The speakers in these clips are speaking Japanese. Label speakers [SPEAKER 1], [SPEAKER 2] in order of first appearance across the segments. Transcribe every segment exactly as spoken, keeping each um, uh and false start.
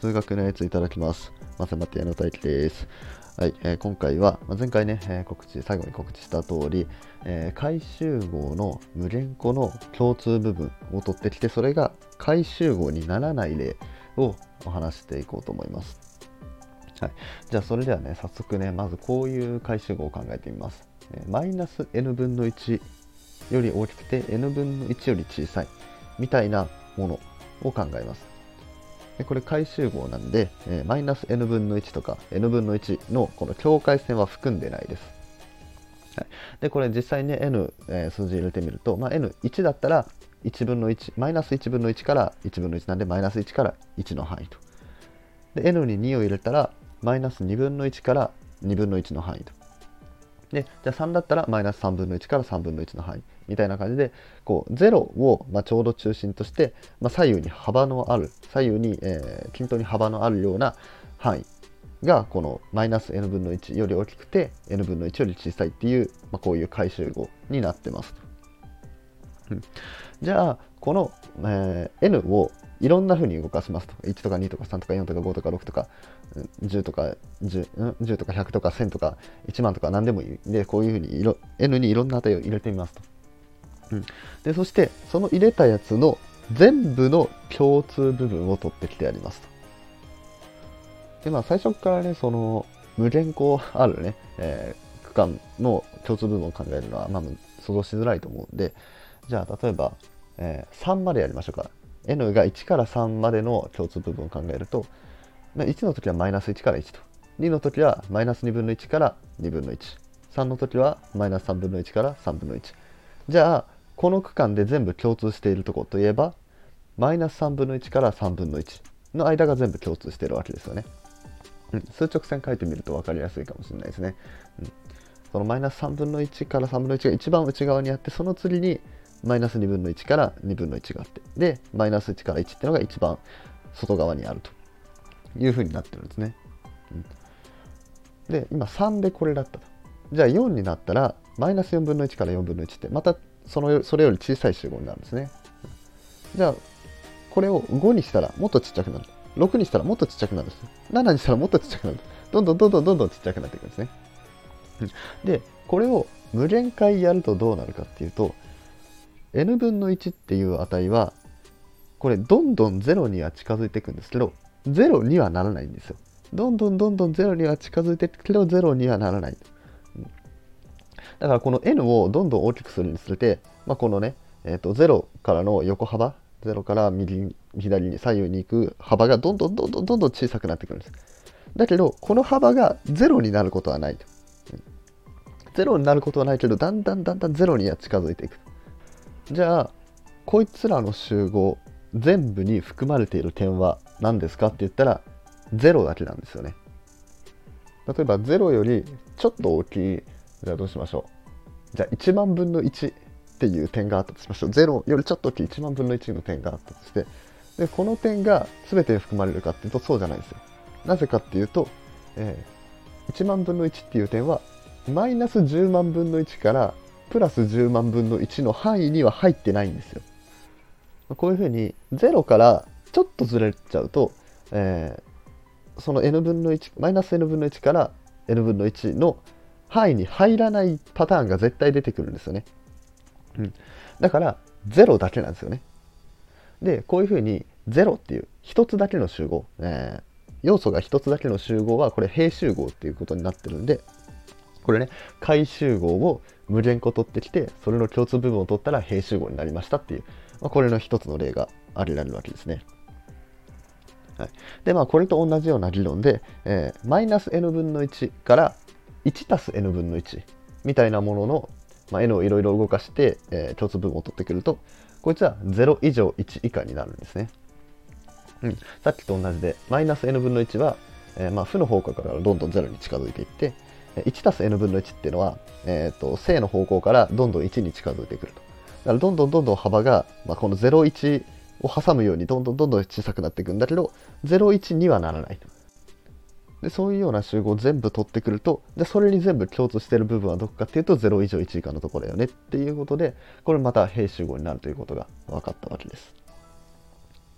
[SPEAKER 1] 数学のやついただきます。マセマティアの大輝です。はい、えー今回は、まあ前回ね、えー告知、最後に告知した通り、えー回集合の無限個の共通部分を取ってきて、それが回集合にならない例をお話していこうと思います。はい、じゃあそれではね、早速ね、まずこういう回集合を考えてみます。えーマイナス n 分のいちより大きくて n 分のいちより小さいみたいなものを考えます。でこれ回集合なんで、えーマイナス n 分のいちとか n 分のいちのこの境界線は含んでないです。はい、でこれ実際に、ね、n、えー数字入れてみると、まあ、エヌいち だったらいちぶんのいち、マイナスいちぶんのいちからいちぶんのいちなんでマイナスいちからいちの範囲と。で n ににを入れたらマイナスにぶんのいちからにぶんのいちの範囲と。でじゃあさんだったらマイナスさんぶんのいちからさんぶんのいちの範囲みたいな感じで、こうゼロを、まあ、ちょうど中心として、まあ、左右に幅のある左右に、えー均等に幅のあるような範囲がこのマイナス n 分のいちより大きくて n 分のいちより小さいっていう、まあ、こういう回集合になってます。うん、じゃあこの、えー n をいろんな風に動かしますと。いちとかにとかさんとかよんとかごとかろくとかじゅうとか 10, 10とかひゃくとかせんとかいちまんとか何でもいいで、こういう風にいろ n にいろんな値を入れてみますと。うん、でそしてその入れたやつの全部の共通部分を取ってきてやりますと。でまあ最初からね、その無限個あるね、えー区間の共通部分を考えるのは、まあ、想像しづらいと思うんで、じゃあ例えば、えーさんまでやりましょうか。n がいちからさんまでの共通部分を考えると、まあ、いちの時はマイナスいちからいちと、にの時はマイナスにぶんのいちからにぶんのいち、さんの時はマイナスさんぶんのいちからさんぶんのいち。じゃあこの区間で全部共通しているところといえば、マイナスさんぶんのいちからさんぶんのいちの間が全部共通しているわけですよね。うん、数直線書いてみると分かりやすいかもしれないですね。うん、そのマイナスさんぶんのいちからさんぶんのいちが一番内側にあって、その次にマイナスにぶんのいちからにぶんのいちがあって、でマイナスいちからいちっていうのが一番外側にあるという風になってるんですね。うん、で今さんでこれだったと。じゃあよんになったらマイナスよんぶんのいちからよんぶんのいちってまたそのそれより小さい集合になるんですね。うん、じゃあこれをごにしたらもっとちっちゃくなる。ろくにしたらもっとちっちゃくなるんです。ななにしたらもっとちっちゃくなる。どんどんどんどんどんどんちっちゃくなっていくんですね。うん、でこれを無限回やるとどうなるかっていうと、 n 分のいちっていう値はこれどんどんゼロには近づいていくんですけど、ゼロにはならないんですよ。どんどんどんどんゼロには近づいていくけどゼロにはならない。うん、だからこの n をどんどん大きくするにつれて、まあ、このね、えー、とゼロからの横幅、ゼロから右左に左右に行く幅がどんどんどんどんどんどん小さくなってくるんです。だけどこの幅がゼロになることはないと。うん、ゼロになることはないけど、だんだんだんだんゼロには近づいていく。じゃあこいつらの集合全部に含まれている点は何ですかって言ったらゼロだけなんですよね。例えばゼロよりちょっと大きい、じゃあどうしましょう。じゃあいちまんぶんのいちっていう点があったとしましょう。ゼロよりちょっと大きいいちまんぶんのいちの点があったとして、でこの点が全てに含まれるかっていうとそうじゃないんですよ。なぜかっていうと、えー、いちまんぶんのいちっていう点はマイナスじゅうまんぶんのいちからプラスじゅうまんぶんのいちの範囲には入ってないんですよ。こういうふうにゼロからちょっとずれちゃうと、えー、その n 分のいちマイナス n 分のいちから n 分のいちの範囲に入らないパターンが絶対出てくるんですよね。うん、だからゼロだけなんですよね。でこういうふうにゼロっていう一つだけの集合、えー、要素が一つだけの集合はこれ平集合っていうことになってるんで、これね回集合を無限個取ってきてそれの共通部分を取ったら平集合になりましたっていう、まあ、これの一つの例が挙げられるわけですね。はい、でまあこれと同じような理論で、えー、マイナス n 分のいちからいちたす n 分のいちみたいなものの、まあ、n をいろいろ動かして、えー、共通部分を取ってくると、こいつはゼロ以上いち以下になるんですね。うん、さっきと同じでマイナス n 分のいちは、えーまあ、負の方向からどんどんゼロに近づいていって、いちたす n 分のいちっていうのは、えー、と正の方向からどんどんいちに近づいてくると。だからどんどんどんどん幅が、まあ、このゼロいちを挟むようにどんどんどんどん小さくなっていくんだけど、ゼロいちにはならないと。でそういうような集合を全部取ってくると、でそれに全部共通している部分はどこかっていうとゼロ以上いち以下のところだよねっていうことで、これまた平集合になるということが分かったわけです。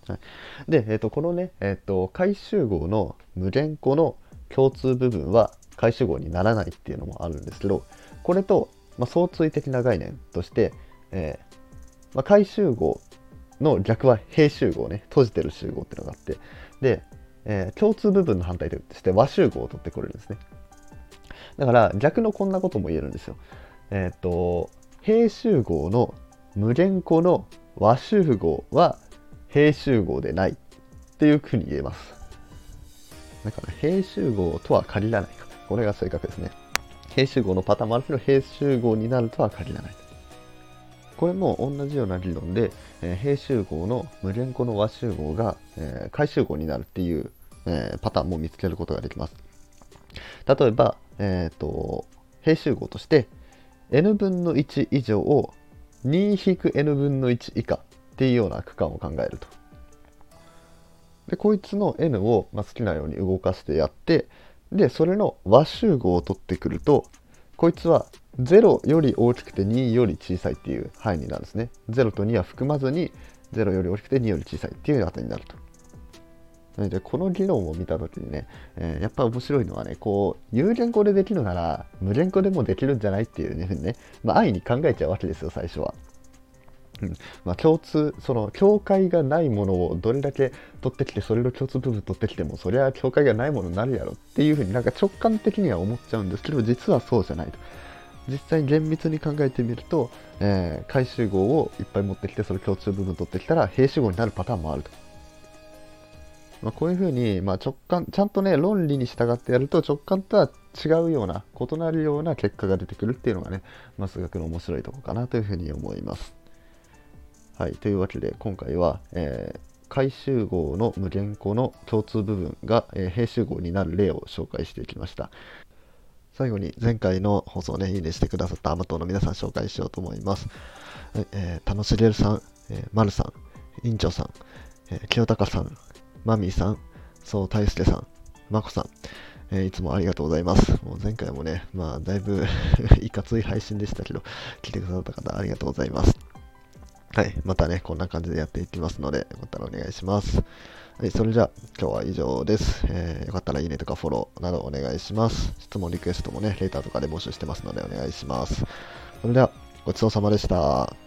[SPEAKER 1] はい、で、えー、とこのね、えー、と回集合の無限個の共通部分は回集合にならないっていうのもあるんですけど、これと、まあ、相対的な概念として、えーまあ、回集合の逆は閉集合ね、閉じてる集合っていうのがあって、で、えー共通部分の反対として和集合を取ってくれるんですね。だから逆のこんなことも言えるんですよ。えっ、と閉集合の無限個の和集合は閉集合でないっていうふうに言えます。だから閉集合とは限らないか。これが正確ですね。閉集合のパターンもあるけど、閉集合になるとは限らない。これも同じような理論で、えー、閉集合の無限個の和集合が、えー、回集合になるっていう、えーパターンも見つけることができます。例えば、えーと閉集合として n 分のいち以上を にひくエヌ 分のいち以下っていうような区間を考えると。でこいつの n を、まあ、好きなように動かしてやって、でそれの和集合を取ってくると、こいつはゼロより大きくてにより小さいっていう範囲になるんですね。ゼロとには含まずにゼロより大きくてにより小さいっていう値になると。でこの議論を見たときにね、えーやっぱ面白いのはね、こう有限個でできるなら無限個でもできるんじゃないっていうふうにね、まあ、安易に考えちゃうわけですよ、最初は。うんまあ、共通、その境界がないものをどれだけ取ってきて、それの共通部分取ってきても、そりゃ境界がないものになるやろっていうふうになんか直感的には思っちゃうんですけど、実はそうじゃないと。実際厳密に考えてみると、えー回集合をいっぱい持ってきて、その共通部分取ってきたら閉集合になるパターンもあると。まあ、こういうふうに、まあ、直感、ちゃんとね、論理に従ってやると直感とは違うような、異なるような結果が出てくるっていうのがね、まあ、数学の面白いところかなというふうに思います。はい、というわけで今回は、えー回集合の無限個の共通部分が、えー閉集合になる例を紹介していきました。最後に前回の放送をね、いいねしてくださったアマトの皆さん紹介しようと思います。はい、えー、楽しげるさん、えー、まるさん、院長さん、えー、清高さん、マミーさん、そう大輔さん、まこさん、えーいつもありがとうございます。もう前回もね、まあだいぶいかつい配信でしたけど、来てくださった方ありがとうございます。はい、またね、こんな感じでやっていきますので、よかったらお願いします。はい、それじゃあ今日は以上です。えーよかったらいいねとかフォローなどお願いします。質問、リクエストもね、レーターとかで募集してますのでお願いします。それでは、ごちそうさまでした。